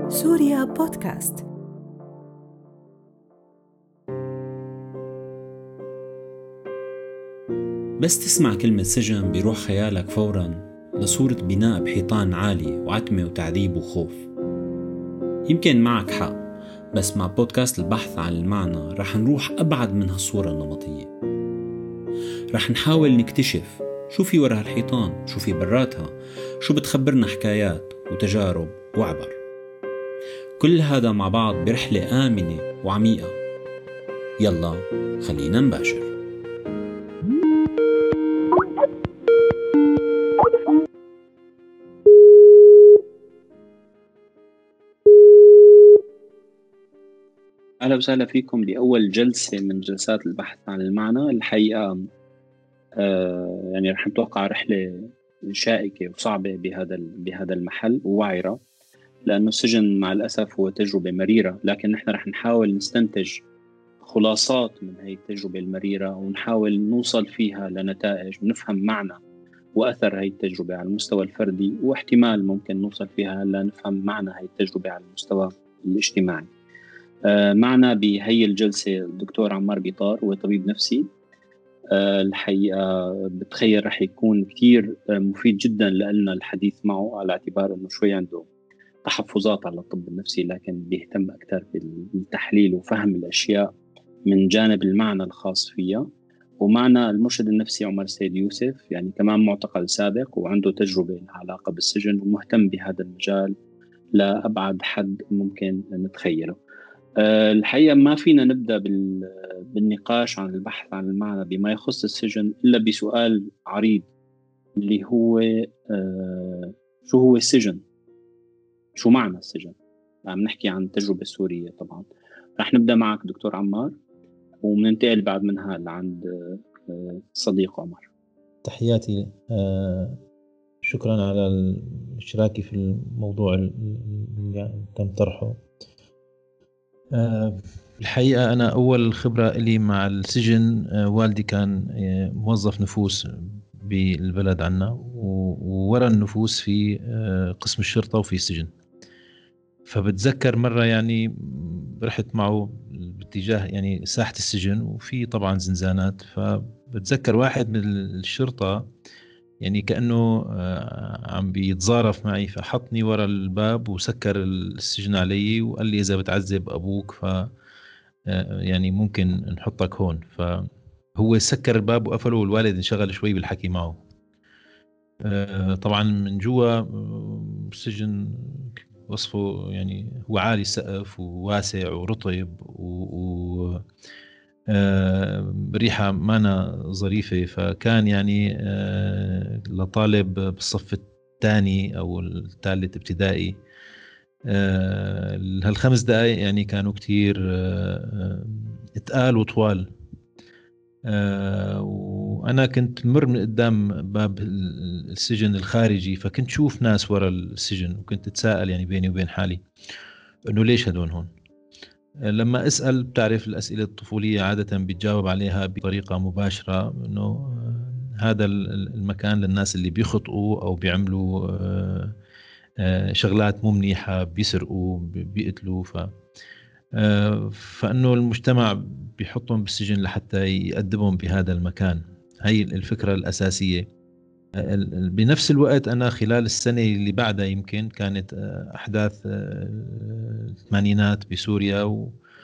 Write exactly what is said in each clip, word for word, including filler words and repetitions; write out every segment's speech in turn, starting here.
سوريا بودكاست. بس تسمع كلمة سجن بيروح خيالك فوراً لصورة بناء بحيطان عالية وعتمة وتعذيب وخوف. يمكن معك حق، بس مع بودكاست البحث عن المعنى رح نروح أبعد من هالصورة النمطية. رح نحاول نكتشف شو في وراء هالحيطان، شو في براتها، شو بتخبرنا حكايات وتجارب وعبر. كل هذا مع بعض برحلة آمنة وعميقة. يلا خلينا نباشر. أهلا وسهلا فيكم بأول جلسة من جلسات البحث عن المعنى. الحقيقة آه يعني رح نتوقع رحلة شائكة وصعبة بهذا بهذا المحل ووعرة، لأنه السجن مع الأسف هو تجربة مريرة، لكن نحن رح نحاول نستنتج خلاصات من هاي التجربة المريرة ونحاول نوصل فيها لنتائج ونفهم معنى وأثر هاي التجربة على المستوى الفردي، واحتمال ممكن نوصل فيها لنفهم معنى هاي التجربة على المستوى الاجتماعي. آه معنا بهي الجلسة الدكتور عمار بيطار، هو طبيب نفسي. آه الحقيقة بتخيل رح يكون كتير مفيد جدا لنا الحديث معه، على اعتبار أنه شوي عنده تحفظات على الطب النفسي، لكن بيهتم أكثر بالتحليل وفهم الأشياء من جانب المعنى الخاص فيها. ومعنا المرشد النفسي عمر السيد يوسف، يعني كمان معتقل سابق وعنده تجربة لها علاقة بالسجن ومهتم بهذا المجال لأبعد حد ممكن نتخيله. أه الحقيقة ما فينا نبدأ بالنقاش عن البحث عن المعنى بما يخص السجن إلا بسؤال عريض، اللي هو أه شو هو السجن؟ شو معنى السجن؟ عم نحكي عن تجربة سورية طبعا. رح نبدأ معك دكتور عمار ومننتقل بعد منها لعند صديق عمر. تحياتي، شكرا على الاشتراك في الموضوع اللي تم طرحه. الحقيقة أنا أول خبرة لي مع السجن، والدي كان موظف نفوس بالبلد عنا، وورا النفوس في قسم الشرطة وفي السجن. فبتذكر مرة يعني رحت معه باتجاه يعني ساحة السجن، وفي طبعا زنزانات. فبتذكر واحد من الشرطة يعني كأنه عم بيتظارف معي، فحطني ورا الباب وسكر السجن علي وقال لي إذا بتعذب أبوك ف يعني ممكن نحطك هون. فهو سكر الباب وقفله، والوالد انشغل شوي بالحكي معه. طبعا من جوا السجن وصفه يعني هو عالي السقف وواسع ورطب و بريحة مانا ظريفة. فكان يعني لطالب بالصف الثاني أو الثالث ابتدائي، هالخمس دقايق يعني كانوا كتير اتقال وطوال. وأنا كنت مر من قدام باب السجن الخارجي، فكنت شوف ناس ورا السجن، وكنت أتساءل يعني بيني وبين حالي إنه ليش هدول هون. لما أسأل، بتعرف الأسئلة الطفولية عادة بيتجاوب عليها بطريقة مباشرة، إنه هذا المكان للناس اللي بيخطئوا أو بيعملوا شغلات مو منيحة، بيسرقوا بيقتلوا. ف فإنه المجتمع بيحطهم بالسجن لحتى يأدبهم بهذا المكان. هاي الفكرة الأساسية. بنفس الوقت أنا خلال السنة اللي بعدها يمكن كانت أحداث الثمانينات بسوريا،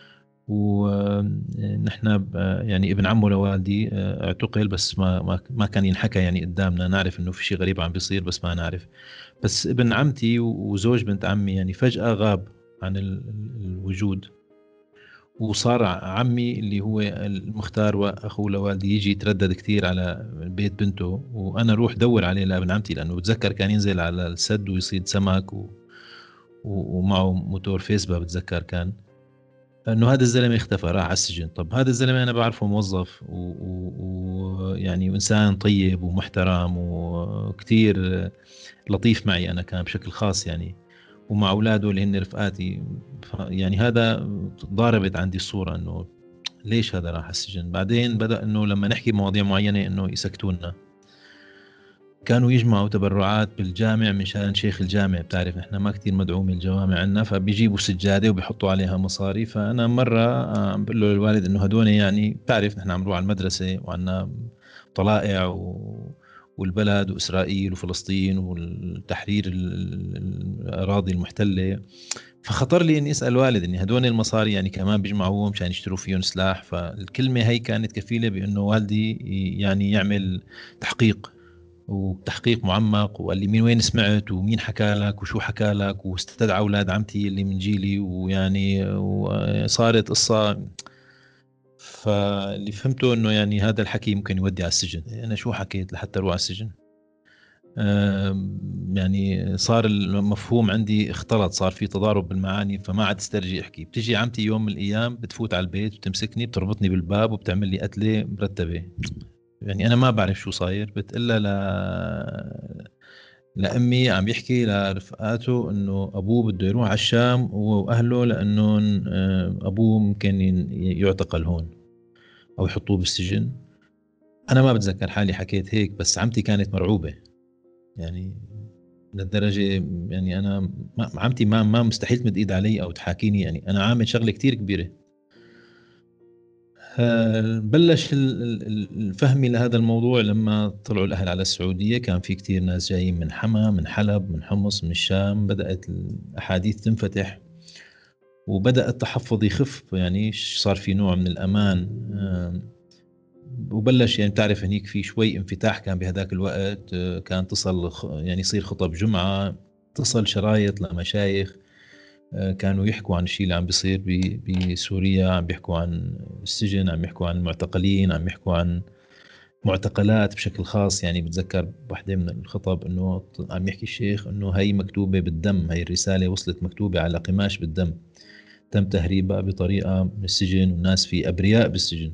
ونحن يعني ابن عمه لوالدي اعتقل، بس ما ما ما كان ينحكى يعني قدامنا. نعرف إنه في شيء غريب عم بيصير بس ما نعرف. بس ابن عمتي وزوج بنت عمي يعني فجأة غاب عن الوجود، وصار عمي اللي هو المختار واخوه لوالدي يجي يتردد كثير على بيت بنته، وانا اروح دور عليه لابن عمتي، لانه بتذكر كان ينزل على السد ويصيد سمك و... ومعه موتور فيسبا. بتذكر كان انه هذا الزلمه اختفى، راح على السجن. طب هذا الزلمه انا بعرفه موظف ويعني و... و... انسان طيب ومحترم وكثير لطيف معي انا كان بشكل خاص يعني، ومع اولاده اللي هن رفقاتي. يعني هذا ضاربت عندي الصوره انه ليش هذا راح السجن. بعدين بدا انه لما نحكي مواضيع معينه انه يسكتونا. كانوا يجمعوا تبرعات بالجامع مشان شيخ الجامع. بتعرف احنا ما كتير مدعومة الجوامع عنا، فبيجيبوا سجادة وبيحطوا عليها مصاري. فأنا مرة عم بقول له للوالد إنه هدول يعني بتعرف نحن عم نروح على المدرسة وعنا طلائع و... والبلد وإسرائيل وفلسطين والتحرير الأراضي المحتلة. فخطر لي إني أسأل والد إني هدول المصاري يعني كمان بيجمعوهم مشان يشتروا فيهم سلاح. فالكلمة هي كانت كفيلة بأنه والدي يعني يعمل تحقيق، وتحقيق معمق، وقال لي مين وين سمعت ومين حكى لك وشو حكى لك، واستدعى أولاد عمتي اللي من جيلي، ويعني وصارت قصة. فاللي فهمته إنه يعني هذا الحكي ممكن يودي على السجن. أنا شو حكيت لحتى أروح على السجن؟ يعني صار المفهوم عندي اختلط، صار في تضارب بالمعاني، فما عاد استرجي احكي. بتجي عمتي يوم من الايام بتفوت على البيت وتمسكني بتربطني بالباب وبتعمل لي قتله مرتبه. يعني انا ما بعرف شو صاير، بتقلها ل لامي عم يحكي لرفقاته انه ابوه بده يروح على الشام هو واهله، لانه ابوه ممكن يعتقل هون او يحطوه بالسجن. انا ما بتذكر حالي حكيت هيك، بس عمتي كانت مرعوبه يعني للدرجة. يعني أنا ما عمتي ما ما مستحيل تمد إيد علي أو تحاكيني، يعني أنا عامل شغلة كتير كبيرة. بلش الفهم لهذا الموضوع لما طلعوا الأهل على السعودية. كان في كتير ناس جايين من حما، من حلب، من حمص، من الشام. بدأت الأحاديث تنفتح وبدأ التحفظ يخف، يعني صار في نوع من الأمان. وبلش يعني تعرف هنيك في شوي انفتاح كان بهذاك الوقت. كان تصل يعني يصير خطب جمعة، تصل شرايط لمشايخ كانوا يحكوا عن الشيء اللي عم بيصير بسوريا، عم بيحكوا عن السجن، عم بيحكوا عن المعتقلين، عم بيحكوا عن معتقلات بشكل خاص. يعني بتذكر واحدة من الخطب انه عم يحكي الشيخ انه هي مكتوبة بالدم، هي الرسالة وصلت مكتوبة على قماش بالدم، تم تهريبها بطريقة من السجن، والناس في أبرياء بالسجن.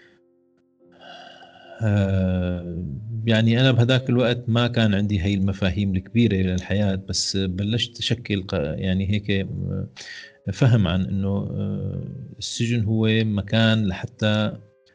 يعني أنا بهذاك الوقت ما كان عندي هاي المفاهيم الكبيرة للحياة، بس بلشت أشكل يعني هيك فهم عن أنه السجن هو مكان لحتى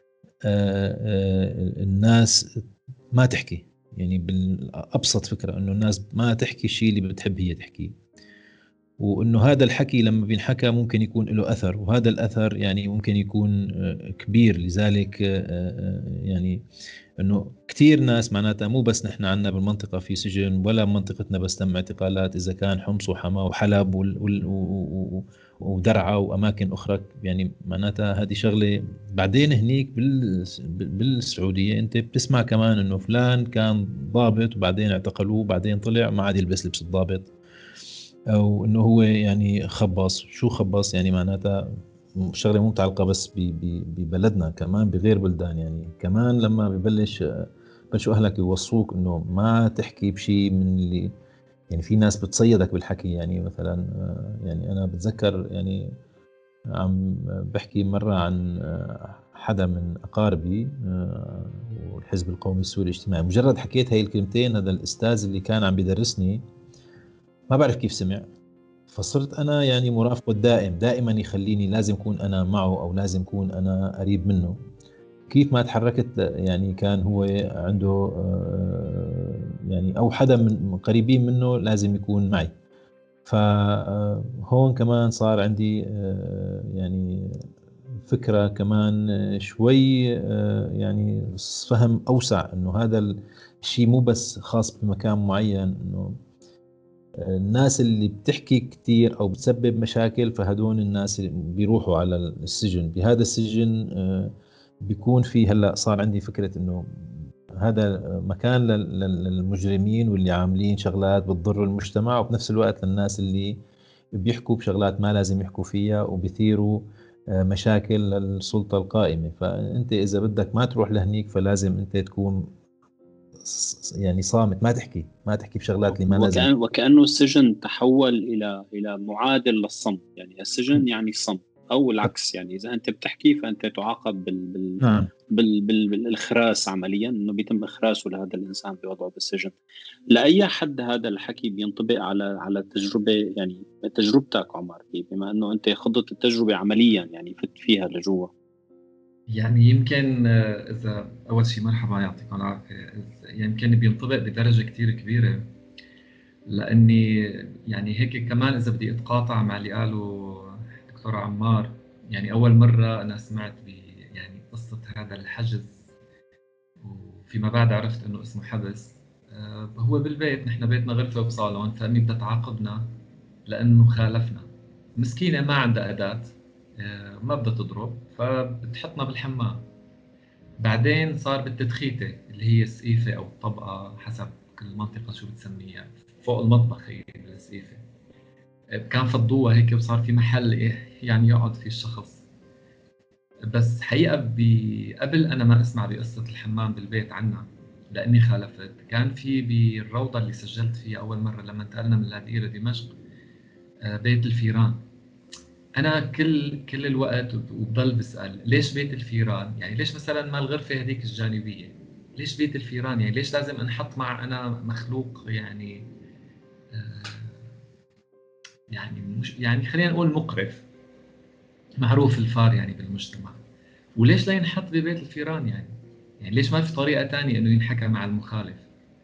الناس ما تحكي. يعني بالأبسط فكرة أنه الناس ما تحكي الشيء اللي بتحب هي تحكيه، وأنه هذا الحكي لما بينحكى ممكن يكون له أثر، وهذا الأثر يعني ممكن يكون كبير. لذلك يعني انه كثير ناس معناتها مو بس نحن عنا بالمنطقة في سجن، ولا منطقتنا بس تم اعتقالات، اذا كان حمص وحما وحلب وال وال ودرعا واماكن اخرى. يعني معناتها هذه شغلة. بعدين هنيك بالسعودية انت بتسمع كمان انه فلان كان ضابط وبعدين اعتقلوه وبعدين طلع ما عاد يلبس لبس الضابط، او انه هو يعني خبص. شو خبص يعني؟ معناتها شغله مو متعلقه بس ببلدنا، كمان بغير بلدان. يعني كمان لما ببلش بلشوا اهلك يوصوك انه ما تحكي بشيء من اللي يعني في ناس بتصيدك بالحكي. يعني مثلا يعني انا بتذكر يعني عم بحكي مره عن حدا من اقاربي والحزب القومي السوري الاجتماعي، مجرد حكيت هاي الكلمتين هذا الاستاذ اللي كان عم بيدرسني ما بعرف كيف سمع، فصرت أنا يعني مرافقه الدائم، دائما يخليني لازم أكون أنا معه أو لازم أكون أنا قريب منه. كيف ما تحركت يعني كان هو عنده يعني أو حدا من قريبين منه لازم يكون معي. فهون كمان صار عندي يعني فكرة كمان شوي يعني فهم أوسع إنه هذا الشيء مو بس خاص بمكان معين، إنه الناس اللي بتحكي كتير أو بتسبب مشاكل فهدون الناس اللي بيروحوا على السجن. بهذا السجن بيكون في هلأ صار عندي فكرة إنه هذا مكان للمجرمين واللي عاملين شغلات بتضر المجتمع، وبنفس الوقت للناس اللي بيحكوا بشغلات ما لازم يحكوا فيها وبيثيروا مشاكل للسلطة القائمة. فأنت إذا بدك ما تروح لهنيك فلازم أنت تكون يعني صامت، ما تحكي ما تحكي بشغلات اللي ما لازم. وكأن وكأنه السجن تحول إلى إلى معادل للصمت. يعني السجن يعني الصمت أو العكس. يعني إذا أنت بتحكي فأنت تعاقب بال بال نعم. بال بال بالإخراس عمليا، إنه بيتم إخراسه لهذا الإنسان بوضعه بالسجن. لأي حد هذا الحكي بينطبق على على التجربة؟ يعني تجربتك عمر، بما إنه أنت خضت التجربة عمليا يعني فت فيها لجوا. يعني يمكن آه، إذا أول شيء مرحبا يعطيكم العافية، يمكن بينطبق بدرجة كتير كبيرة، لأني يعني هيك كمان إذا بدي أتقاطع مع اللي قاله دكتور عمار. يعني أول مرة أنا سمعت ب يعني قصة هذا الحجز، وفيما بعد عرفت إنه اسمه حبس. آه، هو بالبيت، نحن بيتنا غرفة وصالون، فأمي بدها تعاقبنا لأنه خالفنا. مسكينة ما عندها أداة، آه، ما بدها تضرب، فبتحطنا بالحمام. بعدين صار بالتدخيتة اللي هي السقيفة أو الطبقة حسب كل منطقة شو بتسميها، فوق المطبخ هي السقيفة. كان فضوها هيك وصار في محل إيه يعني يقعد فيه الشخص. بس حقيقة قبل أنا ما أسمع بقصة الحمام بالبيت عنا لأني خالفت، كان في بالروضة اللي سجلت فيها أول مرة لما انتقلنا من اللاذقية لدمشق بيت الفيران. أنا كل كل الوقت وبضل بسأل ليش بيت الفيران؟ يعني ليش مثلا ما الغرفة هذيك الجانبية؟ ليش بيت الفيران؟ يعني ليش لازم انحط مع أنا مخلوق يعني آه يعني مش يعني خلينا نقول مقرف، معروف الفار يعني بالمجتمع، وليش لا ينحط ببيت الفيران؟ يعني يعني ليش ما في طريقة تانية إنه ينحكى مع المخالف؟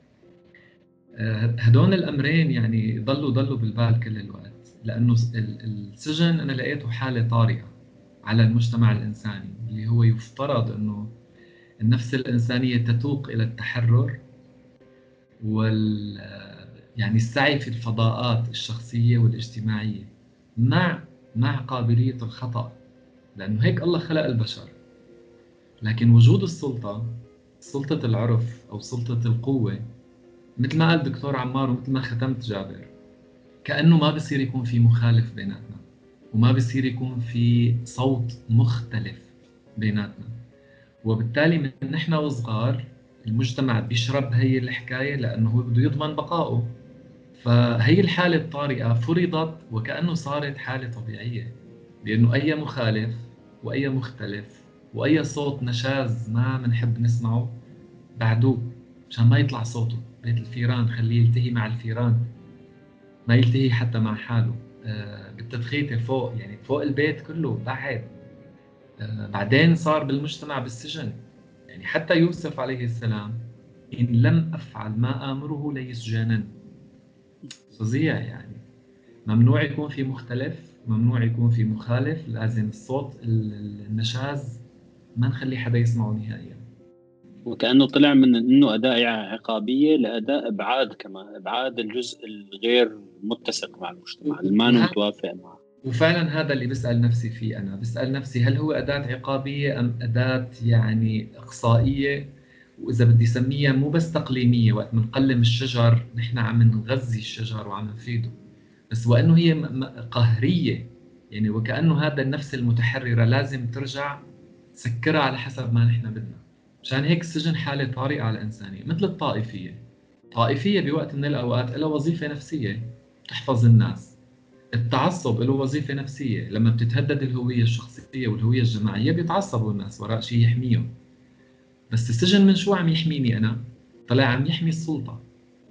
هدول الأمرين يعني ضلوا ضلوا بالبال كل الوقت، لأنه السجن أنا لقيته حالة طارئة على المجتمع الإنساني، اللي هو يفترض أنه النفس الإنسانية تتوق إلى التحرر وال يعني السعي في الفضاءات الشخصية والاجتماعية مع مع قابلية الخطأ، لأنه هيك الله خلق البشر. لكن وجود السلطة، سلطة العرف أو سلطة القوة، مثل ما قال الدكتور عمار ومثل ما ختمت جابر، كأنه ما بصير يكون في مخالف بيناتنا، وما بصير يكون في صوت مختلف بيناتنا. وبالتالي من نحن وصغار المجتمع بيشرب هي الحكاية لأنه هو بده يضمن بقائه. فهي الحالة الطارئة فرضت وكأنه صارت حالة طبيعية، بأنه أي مخالف وأي مختلف وأي صوت نشاز ما بنحب نسمعه بعدوه مشان ما يطلع صوته. بيت الفيران خليه يلتهي مع الفيران، ما يلتهي حتى مع حاله. آه بالتدخيته فوق، يعني فوق البيت كله بعد. آه بعدين صار بالمجتمع بالسجن، يعني حتى يوسف عليه السلام إن لم أفعل ما آمره ليسجنن. فظيع يعني. ممنوع يكون في مختلف، ممنوع يكون في مخالف، لازم الصوت النشاز ما نخلي حدا يسمعه نهائيا. وكأنه طلع من انه اداة عقابية لاداء ابعاد، كمان ابعاد الجزء الغير متسق مع المجتمع اللي ما متوافق معه. وفعلا هذا اللي بسأل نفسي فيه. أنا بسأل نفسي هل هو أداة عقابية أم أداة يعني إقصائية؟ وإذا بدي سميها مو بس تقليمية، وقت منقلم الشجر نحن عم نغذي الشجر وعم نفيده، بس وأنه هي قهرية، يعني وكأنه هذا النفس المتحررة لازم ترجع تسكرها على حسب ما نحن بدنا. مشان هيك السجن حالة طارئة على الإنسانية، مثل الطائفية. الطائفية بوقت من الأوقات لها وظيفة نفسية تحفظ الناس. التعصب له وظيفة نفسية، لما بتتهدد الهوية الشخصية والهوية الجماعية بيتعصبوا الناس وراء شيء يحميهم. بس السجن من شو عم يحميني أنا؟ طلع عم يحمي السلطة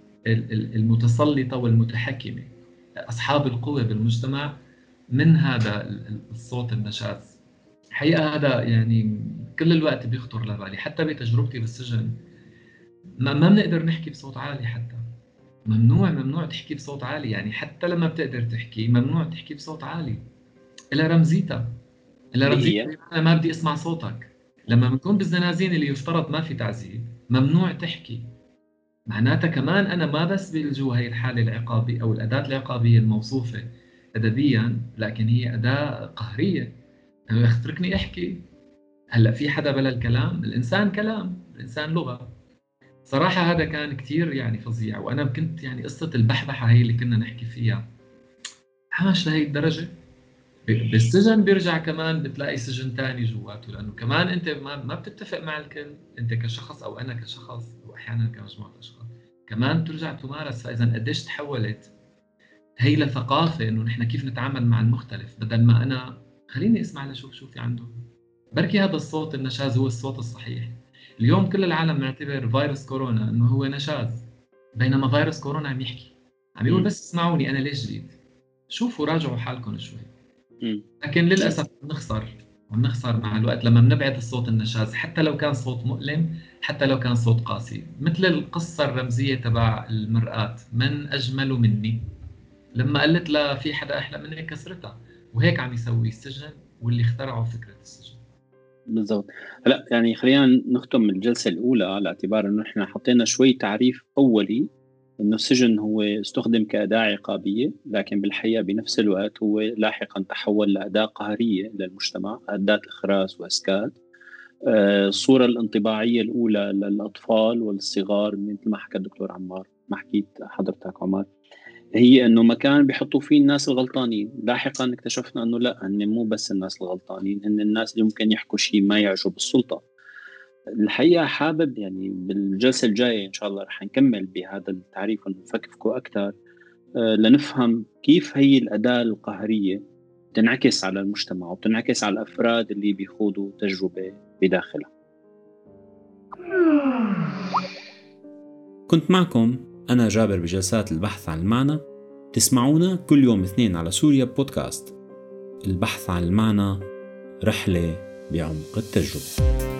المتسلطة والمتحكمة، أصحاب القوة بالمجتمع، من هذا الصوت النشاز. حقيقة هذا يعني كل الوقت بيخطر لبالي، حتى بتجربتي بالسجن ما ما بنقدر نحكي بصوت عالي. حتى ممنوع ممنوع تحكي بصوت عالي، يعني حتى لما بتقدر تحكي ممنوع تحكي بصوت عالي. إلا رمزيتها، إلا رمزيتها أنا ما بدي أسمع صوتك. لما بنكون بالزنازين اللي يفترض ما في تعذيب ممنوع تحكي، معناتها كمان أنا ما بس بلجو هي الحالة العقابية أو الأداة العقابية الموصوفة أدبيا، لكن هي أداة قهرية. اتركني أحكي. هلأ في حدا بلا الكلام؟ الإنسان كلام، الإنسان لغة. صراحة هذا كان كتير يعني فظيع. وأنا كنت يعني قصة البحبحة هي اللي كنا نحكي فيها حاش لهي الدرجة. بالسجن بيرجع كمان بتلاقي سجن تاني جواته، لأنه كمان أنت ما ما بتتفق مع الكل، أنت كشخص أو أنا كشخص وأحيانا كمجموعة أشخاص كمان ترجع تمارس. فإذا قديش تحولت هي لثقافة إنه نحن كيف نتعامل مع المختلف، بدل ما أنا خليني أسمع لشوف شو في عنده. بركي هذا الصوت النشاز هو الصوت الصحيح. اليوم كل العالم معتبر فيروس كورونا إنه هو نشاز، بينما فيروس كورونا عم يحكي، عم يقول بس اسمعوني أنا ليش جيت، شوفوا راجعوا حالكم شوي. لكن للأسف نخسر ونخسر مع الوقت لما بنبعد الصوت النشاز، حتى لو كان صوت مؤلم، حتى لو كان صوت قاسي. مثل القصة الرمزية تبع المرآة، من أجمل مني، لما قالت لها في حدا أحلى منك كسرتها. وهيك عم يسوي السجن واللي اخترعوا فكرة السجن. بالضبط. هلا يعني خلينا نختم الجلسة الأولى على اعتبار إنه إحنا حطينا شوي تعريف أولي إنه السجن هو استخدم كأداة عقابية، لكن بالحقيقة بنفس الوقت هو لاحقا تحول لأداة قهرية للمجتمع، أداة إخراس وإسكات. آه، الصورة الانطباعية الأولى للأطفال والصغار مثل ما حكى الدكتور عمار، ما حكيت حضرتك عمر، هي انه مكان بيحطوا فيه الناس الغلطانين. لاحقا اكتشفنا انه لا، هن مو بس الناس الغلطانين، هن الناس اللي ممكن يحكوا شيء ما يعجب السلطة. الحقيقة حابب يعني بالجلسة الجاية ان شاء الله رح نكمل بهذا التعريف ونفكفكه اكثر، آه، لنفهم كيف هي الأداة القهرية تنعكس على المجتمع وتنعكس على الأفراد اللي بيخوضوا تجربة بداخلها. كنت معكم أنا جابر بجلسات البحث عن المعنى. تسمعونا كل يوم اثنين على سوريا بودكاست. البحث عن المعنى، رحلة بعمق التجربة.